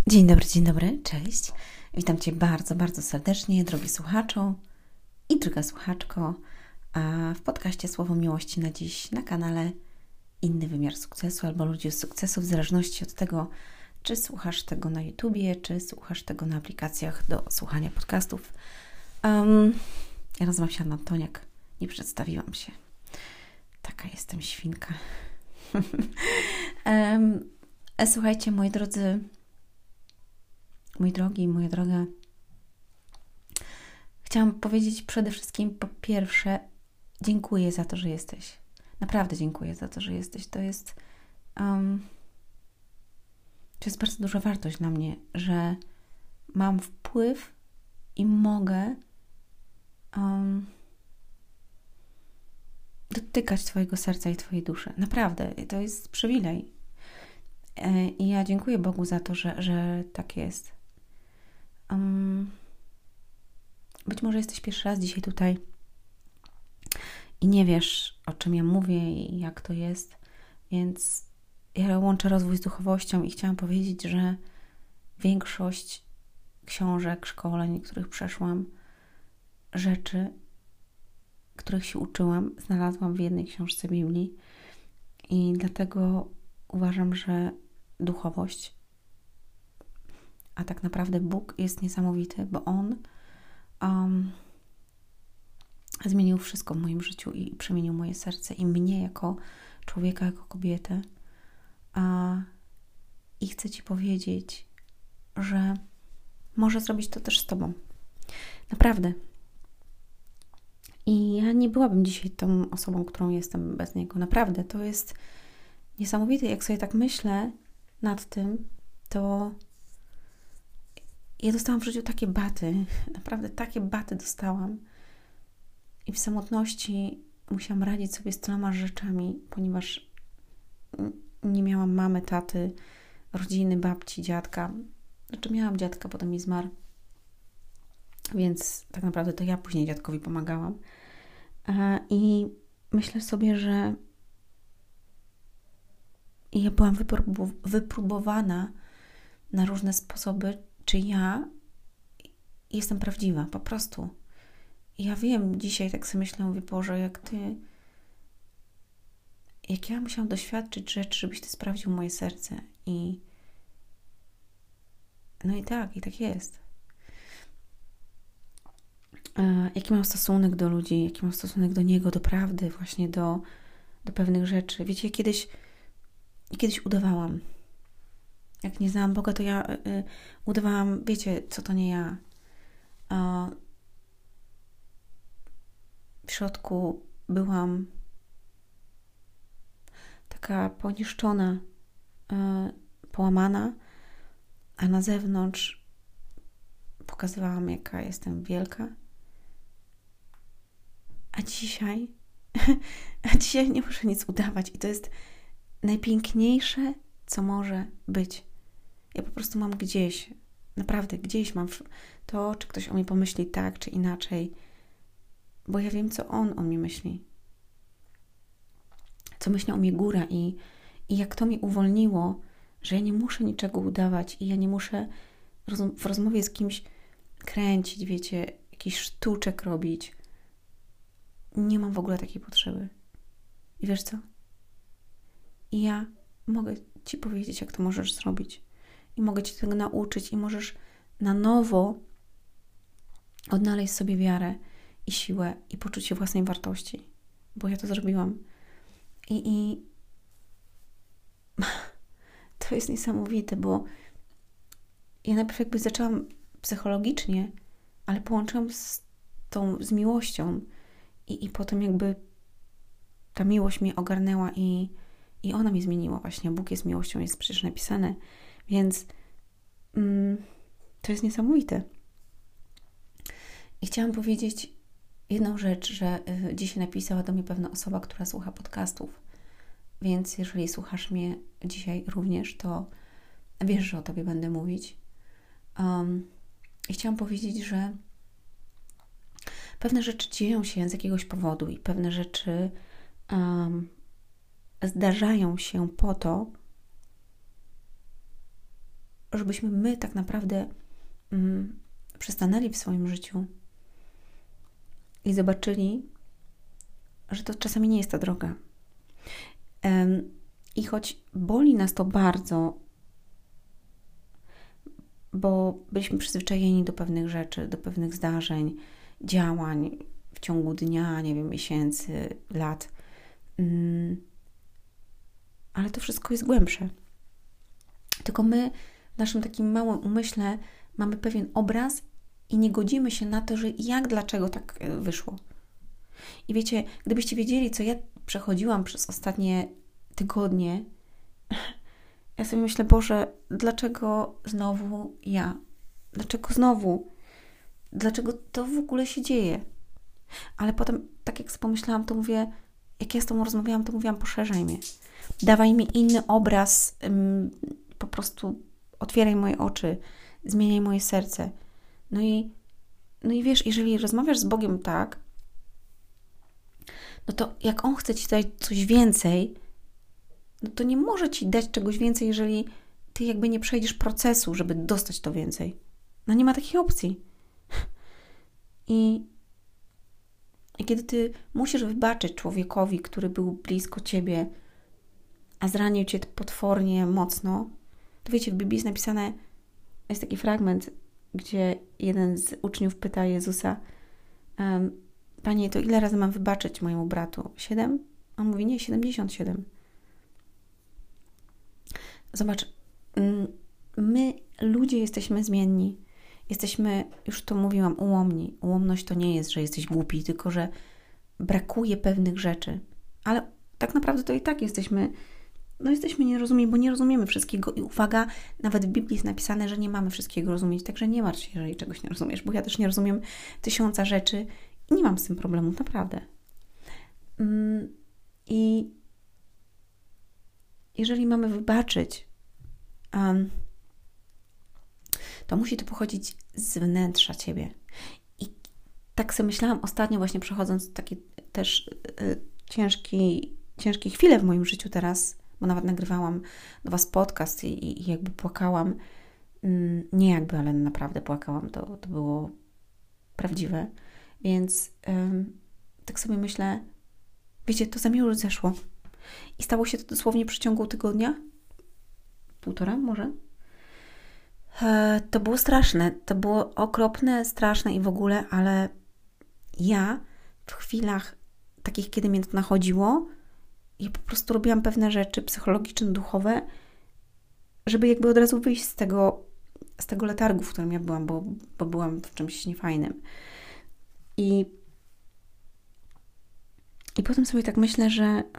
Dzień dobry, cześć. Witam Cię bardzo, bardzo serdecznie, drogi słuchaczu i droga słuchaczko, a w podcaście Słowo Miłości na dziś na kanale Inny Wymiar Sukcesu albo Ludzie z Sukcesu, w zależności od tego, czy słuchasz tego na YouTubie, czy słuchasz tego na aplikacjach do słuchania podcastów. Ja nazywam się Anna Antoniak, nie przedstawiłam się. Taka jestem świnka. Słuchajcie, moi drodzy, mój drogi, moja droga, chciałam powiedzieć przede wszystkim po pierwsze, dziękuję za to, że jesteś. Naprawdę dziękuję za to, że jesteś. To jest bardzo duża wartość dla mnie, że mam wpływ i mogę dotykać Twojego serca i Twojej duszy. Naprawdę, to jest przywilej. I ja dziękuję Bogu za to, że tak jest. Być może jesteś pierwszy raz dzisiaj tutaj i nie wiesz, o czym ja mówię i jak to jest, więc ja łączę rozwój z duchowością i chciałam powiedzieć, że większość książek, szkoleń, których przeszłam, rzeczy, których się uczyłam, znalazłam w jednej książce Biblii i dlatego uważam, że duchowość, a tak naprawdę Bóg jest niesamowity, bo On zmienił wszystko w moim życiu i przemienił moje serce i mnie jako człowieka, jako kobietę. I chcę Ci powiedzieć, że może zrobić to też z Tobą. Naprawdę. I ja nie byłabym dzisiaj tą osobą, którą jestem bez Niego. Naprawdę. To jest niesamowite. Jak sobie tak myślę nad tym, to ja dostałam w życiu takie baty. Naprawdę takie baty dostałam. I w samotności musiałam radzić sobie z tyloma rzeczami, ponieważ nie miałam mamy, taty, rodziny, babci, dziadka. Znaczy miałam dziadka, potem mi zmarł. Więc tak naprawdę to ja później dziadkowi pomagałam. I myślę sobie, że ja byłam wypróbowana na różne sposoby, czy ja jestem prawdziwa, po prostu. I ja wiem, dzisiaj tak sobie myślę, mówię, Boże, jak ja musiałam doświadczyć rzeczy, żebyś Ty sprawdził moje serce. No i tak jest. Jaki mam stosunek do ludzi, jaki mam stosunek do Niego, do prawdy, właśnie do pewnych rzeczy. Wiecie, kiedyś udawałam. Jak nie znałam Boga, to ja udawałam, wiecie, co to nie ja. W środku byłam taka poniszczona, połamana, a na zewnątrz pokazywałam, jaka jestem wielka. A dzisiaj nie muszę nic udawać i to jest najpiękniejsze, co może być. Ja po prostu mam gdzieś, naprawdę gdzieś mam to, czy ktoś o mnie pomyśli tak, czy inaczej, bo ja wiem, co on o mnie myśli. Co myśli o mnie góra i jak to mi uwolniło, że ja nie muszę niczego udawać i ja nie muszę w rozmowie z kimś kręcić, wiecie, jakiś sztuczek robić. Nie mam w ogóle takiej potrzeby. I wiesz co? I ja mogę Ci powiedzieć, jak to możesz zrobić. I mogę Cię tego nauczyć i możesz na nowo odnaleźć sobie wiarę i siłę i poczucie własnej wartości. Bo ja to zrobiłam. I to jest niesamowite, bo ja najpierw jakby zaczęłam psychologicznie, ale połączyłam z miłością i potem jakby ta miłość mnie ogarnęła i ona mnie zmieniła właśnie. Bóg jest miłością, jest przecież napisane. Więc to jest niesamowite. I chciałam powiedzieć jedną rzecz, że dzisiaj napisała do mnie pewna osoba, która słucha podcastów. Więc jeżeli słuchasz mnie dzisiaj również, to wiesz, że o Tobie będę mówić. I chciałam powiedzieć, że pewne rzeczy dzieją się z jakiegoś powodu i pewne rzeczy zdarzają się po to, żebyśmy my tak naprawdę przystanęli w swoim życiu i zobaczyli, że to czasami nie jest ta droga. I choć boli nas to bardzo, bo byliśmy przyzwyczajeni do pewnych rzeczy, do pewnych zdarzeń, działań w ciągu dnia, nie wiem, miesięcy, lat, ale to wszystko jest głębsze. Tylko my w naszym takim małym umyśle mamy pewien obraz i nie godzimy się na to, że dlaczego tak wyszło. I wiecie, gdybyście wiedzieli, co ja przechodziłam przez ostatnie tygodnie, ja sobie myślę, Boże, dlaczego znowu ja? Dlaczego znowu? Dlaczego to w ogóle się dzieje? Ale potem, tak jak pomyślałam, to mówię, jak ja z Tobą rozmawiałam, to mówiłam, poszerzaj mnie. Dawaj mi inny obraz, po prostu otwieraj moje oczy, zmieniaj moje serce. No i wiesz, jeżeli rozmawiasz z Bogiem tak, no to jak On chce Ci dać coś więcej, no to nie może Ci dać czegoś więcej, jeżeli Ty jakby nie przejdziesz procesu, żeby dostać to więcej. No nie ma takiej opcji. I kiedy Ty musisz wybaczyć człowiekowi, który był blisko Ciebie, a zranił Cię potwornie mocno, to wiecie, w Biblii jest napisane, jest taki fragment, gdzie jeden z uczniów pyta Jezusa, Panie, to ile razy mam wybaczyć mojemu bratu? 7? On mówi, nie, 77. Zobacz, my ludzie jesteśmy zmienni. Jesteśmy, już to mówiłam, ułomni. Ułomność to nie jest, że jesteś głupi, tylko że brakuje pewnych rzeczy. Ale tak naprawdę to i tak jesteśmy nierozumieni, bo nie rozumiemy wszystkiego. I uwaga, nawet w Biblii jest napisane, że nie mamy wszystkiego rozumieć, także nie martw się, jeżeli czegoś nie rozumiesz, bo ja też nie rozumiem 1000 rzeczy i nie mam z tym problemów, naprawdę. I jeżeli mamy wybaczyć, to musi to pochodzić z wnętrza Ciebie. I tak sobie myślałam ostatnio, właśnie przechodząc takie też ciężkie chwile w moim życiu teraz, bo nawet nagrywałam do Was podcast i jakby płakałam. Nie jakby, ale naprawdę płakałam. To było prawdziwe. Więc tak sobie myślę, wiecie, to za mnie już zeszło. I stało się to dosłownie w przeciągu tygodnia. 1,5 może. To było straszne. To było okropne, straszne i w ogóle, ale ja w chwilach takich, kiedy mnie to nachodziło, ja po prostu robiłam pewne rzeczy psychologiczne, duchowe, żeby jakby od razu wyjść z tego letargu, w którym ja byłam, bo byłam w czymś niefajnym. I potem sobie tak myślę,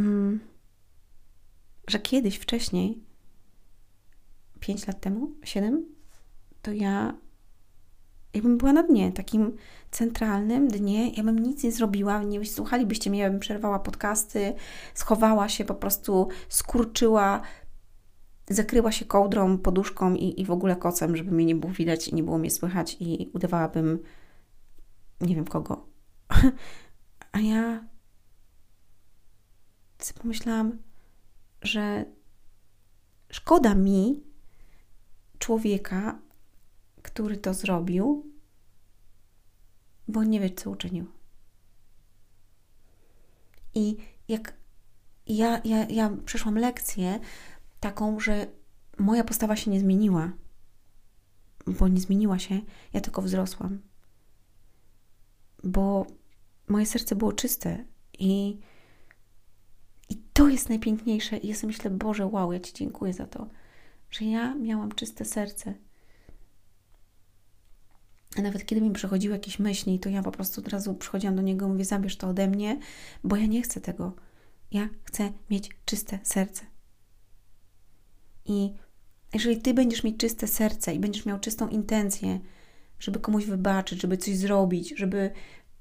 że kiedyś, wcześniej, 5 lat temu, 7, to ja bym była na dnie, takim centralnym dnie, ja bym nic nie zrobiła, nie słuchalibyście mnie, ja bym przerwała podcasty, schowała się, po prostu skurczyła, zakryła się kołdrą, poduszką i w ogóle kocem, żeby mnie nie było widać i nie było mnie słychać i udawałabym nie wiem kogo. A ja sobie pomyślałam, że szkoda mi człowieka, który to zrobił, bo nie wie, co uczynił. I jak ja przeszłam lekcję taką, że moja postawa się nie zmieniła, bo nie zmieniła się, ja tylko wzrosłam. Bo moje serce było czyste i to jest najpiękniejsze. I ja sobie myślę, Boże, wow, ja Ci dziękuję za to, że ja miałam czyste serce. A nawet kiedy mi przychodziły jakieś myśli, to ja po prostu od razu przychodziłam do Niego i mówię, zabierz to ode mnie, bo ja nie chcę tego. Ja chcę mieć czyste serce. I jeżeli Ty będziesz mieć czyste serce i będziesz miał czystą intencję, żeby komuś wybaczyć, żeby coś zrobić, żeby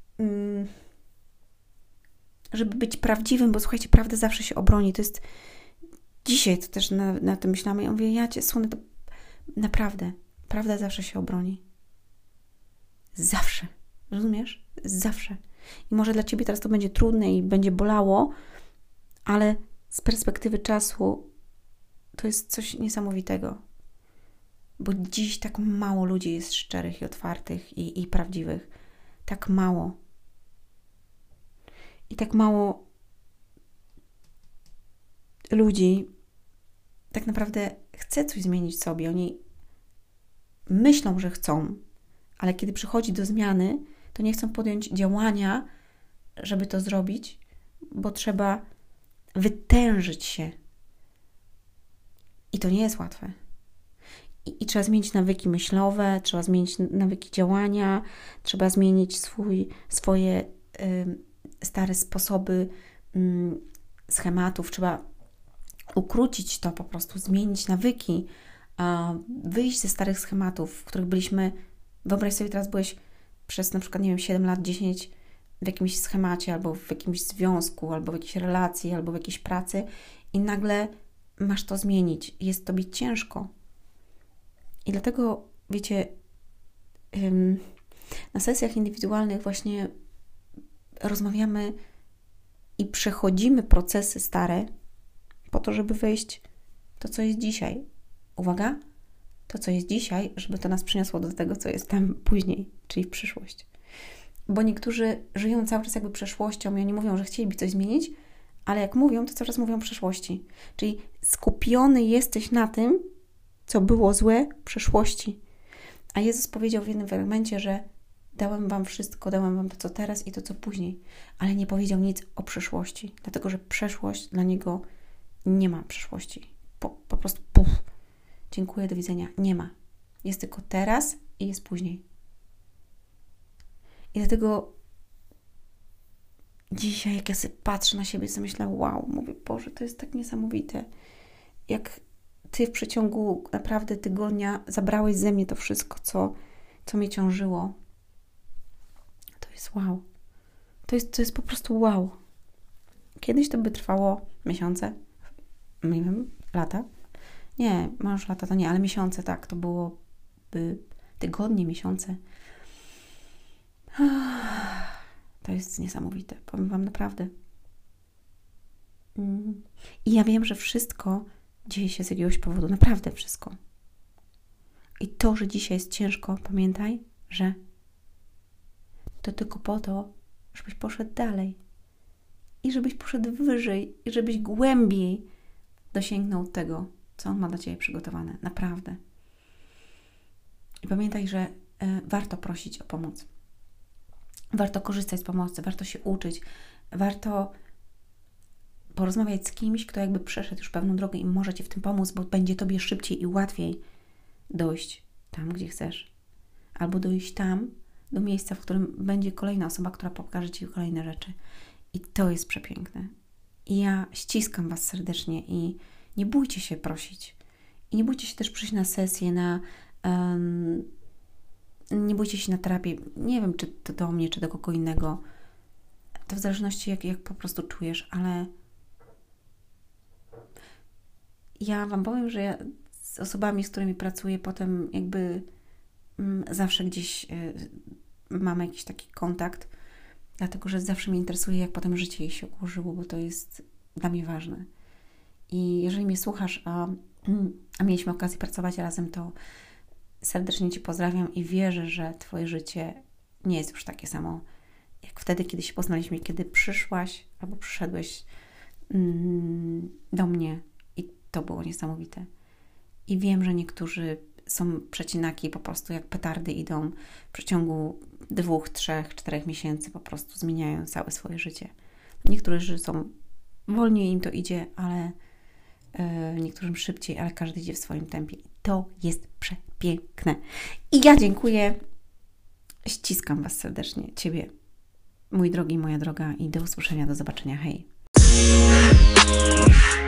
być prawdziwym, bo słuchajcie, prawda zawsze się obroni. To jest dzisiaj to też na tym myślałam. Ja mówię, ja Cię słonę, to naprawdę, prawda zawsze się obroni. Zawsze. Rozumiesz? Zawsze. I może dla Ciebie teraz to będzie trudne i będzie bolało, ale z perspektywy czasu to jest coś niesamowitego. bo dziś tak mało ludzi jest szczerych i otwartych i prawdziwych. Tak mało. I tak mało ludzi tak naprawdę chce coś zmienić w sobie. Oni myślą, że chcą, ale kiedy przychodzi do zmiany, to nie chcą podjąć działania, żeby to zrobić, bo trzeba wytężyć się. I to nie jest łatwe. I trzeba zmienić nawyki myślowe, trzeba zmienić nawyki działania, trzeba zmienić swoje stare sposoby schematów, trzeba ukrócić to po prostu, zmienić nawyki, wyjść ze starych schematów, w których byliśmy. Wyobraź sobie, teraz byłeś przez na przykład, 7 lat, 10 w jakimś schemacie, albo w jakimś związku, albo w jakiejś relacji, albo w jakiejś pracy i nagle masz to zmienić. Jest tobie ciężko. I dlatego, wiecie, na sesjach indywidualnych właśnie rozmawiamy i przechodzimy procesy stare po to, żeby wejść to, co jest dzisiaj. Uwaga, to, co jest dzisiaj, żeby to nas przyniosło do tego, co jest tam później, czyli w przyszłość. Bo niektórzy żyją cały czas jakby przeszłością i oni mówią, że chcieliby coś zmienić, ale jak mówią, to cały czas mówią o przeszłości. Czyli skupiony jesteś na tym, co było złe w przeszłości. A Jezus powiedział w jednym fragmencie, że dałem wam wszystko, dałem wam to, co teraz i to, co później. Ale nie powiedział nic o przyszłości, dlatego że przeszłość dla Niego nie ma przyszłości. Po prostu puf. Dziękuję, do widzenia. Nie ma. Jest tylko teraz i jest później. I dlatego dzisiaj, jak ja sobie patrzę na siebie, sobie myślę, wow, mówię, Boże, to jest tak niesamowite. Jak Ty w przeciągu naprawdę tygodnia zabrałeś ze mnie to wszystko, co mnie ciążyło. To jest wow. To jest po prostu wow. Kiedyś to by trwało miesiące, nie wiem, lata. Nie, może lata to nie, ale miesiące, tak, to byłoby tygodnie, miesiące. To jest niesamowite, powiem wam naprawdę. I ja wiem, że wszystko dzieje się z jakiegoś powodu, naprawdę wszystko. I to, że dzisiaj jest ciężko, pamiętaj, że to tylko po to, żebyś poszedł dalej. I żebyś poszedł wyżej, i żebyś głębiej dosięgnął tego, co On ma dla Ciebie przygotowane. Naprawdę. I pamiętaj, że warto prosić o pomoc. Warto korzystać z pomocy, warto się uczyć, warto porozmawiać z kimś, kto jakby przeszedł już pewną drogę i może Ci w tym pomóc, bo będzie Tobie szybciej i łatwiej dojść tam, gdzie chcesz. Albo dojść tam, do miejsca, w którym będzie kolejna osoba, która pokaże Ci kolejne rzeczy. I to jest przepiękne. I ja ściskam Was serdecznie i nie bójcie się prosić. I nie bójcie się też przyjść na sesję, nie bójcie się na terapię. Nie wiem, czy to do mnie, czy do kogo innego. To w zależności, jak po prostu czujesz, ale ja Wam powiem, że ja z osobami, z którymi pracuję, potem jakby zawsze gdzieś mamy jakiś taki kontakt, dlatego, że zawsze mnie interesuje, jak potem życie jej się ułożyło, bo to jest dla mnie ważne. I jeżeli mnie słuchasz, a mieliśmy okazję pracować razem, to serdecznie Cię pozdrawiam i wierzę, że Twoje życie nie jest już takie samo, jak wtedy, kiedy się poznaliśmy, kiedy przyszłaś albo przyszedłeś do mnie i to było niesamowite. I wiem, że niektórzy są przecinaki, po prostu jak petardy idą w przeciągu 2, 3, 4 miesięcy, po prostu zmieniają całe swoje życie. Niektórzy są wolniej, im to idzie, ale niektórym szybciej, ale każdy idzie w swoim tempie. I to jest przepiękne. I ja dziękuję. Ściskam Was serdecznie. Ciebie, mój drogi, moja droga i do usłyszenia, do zobaczenia. Hej!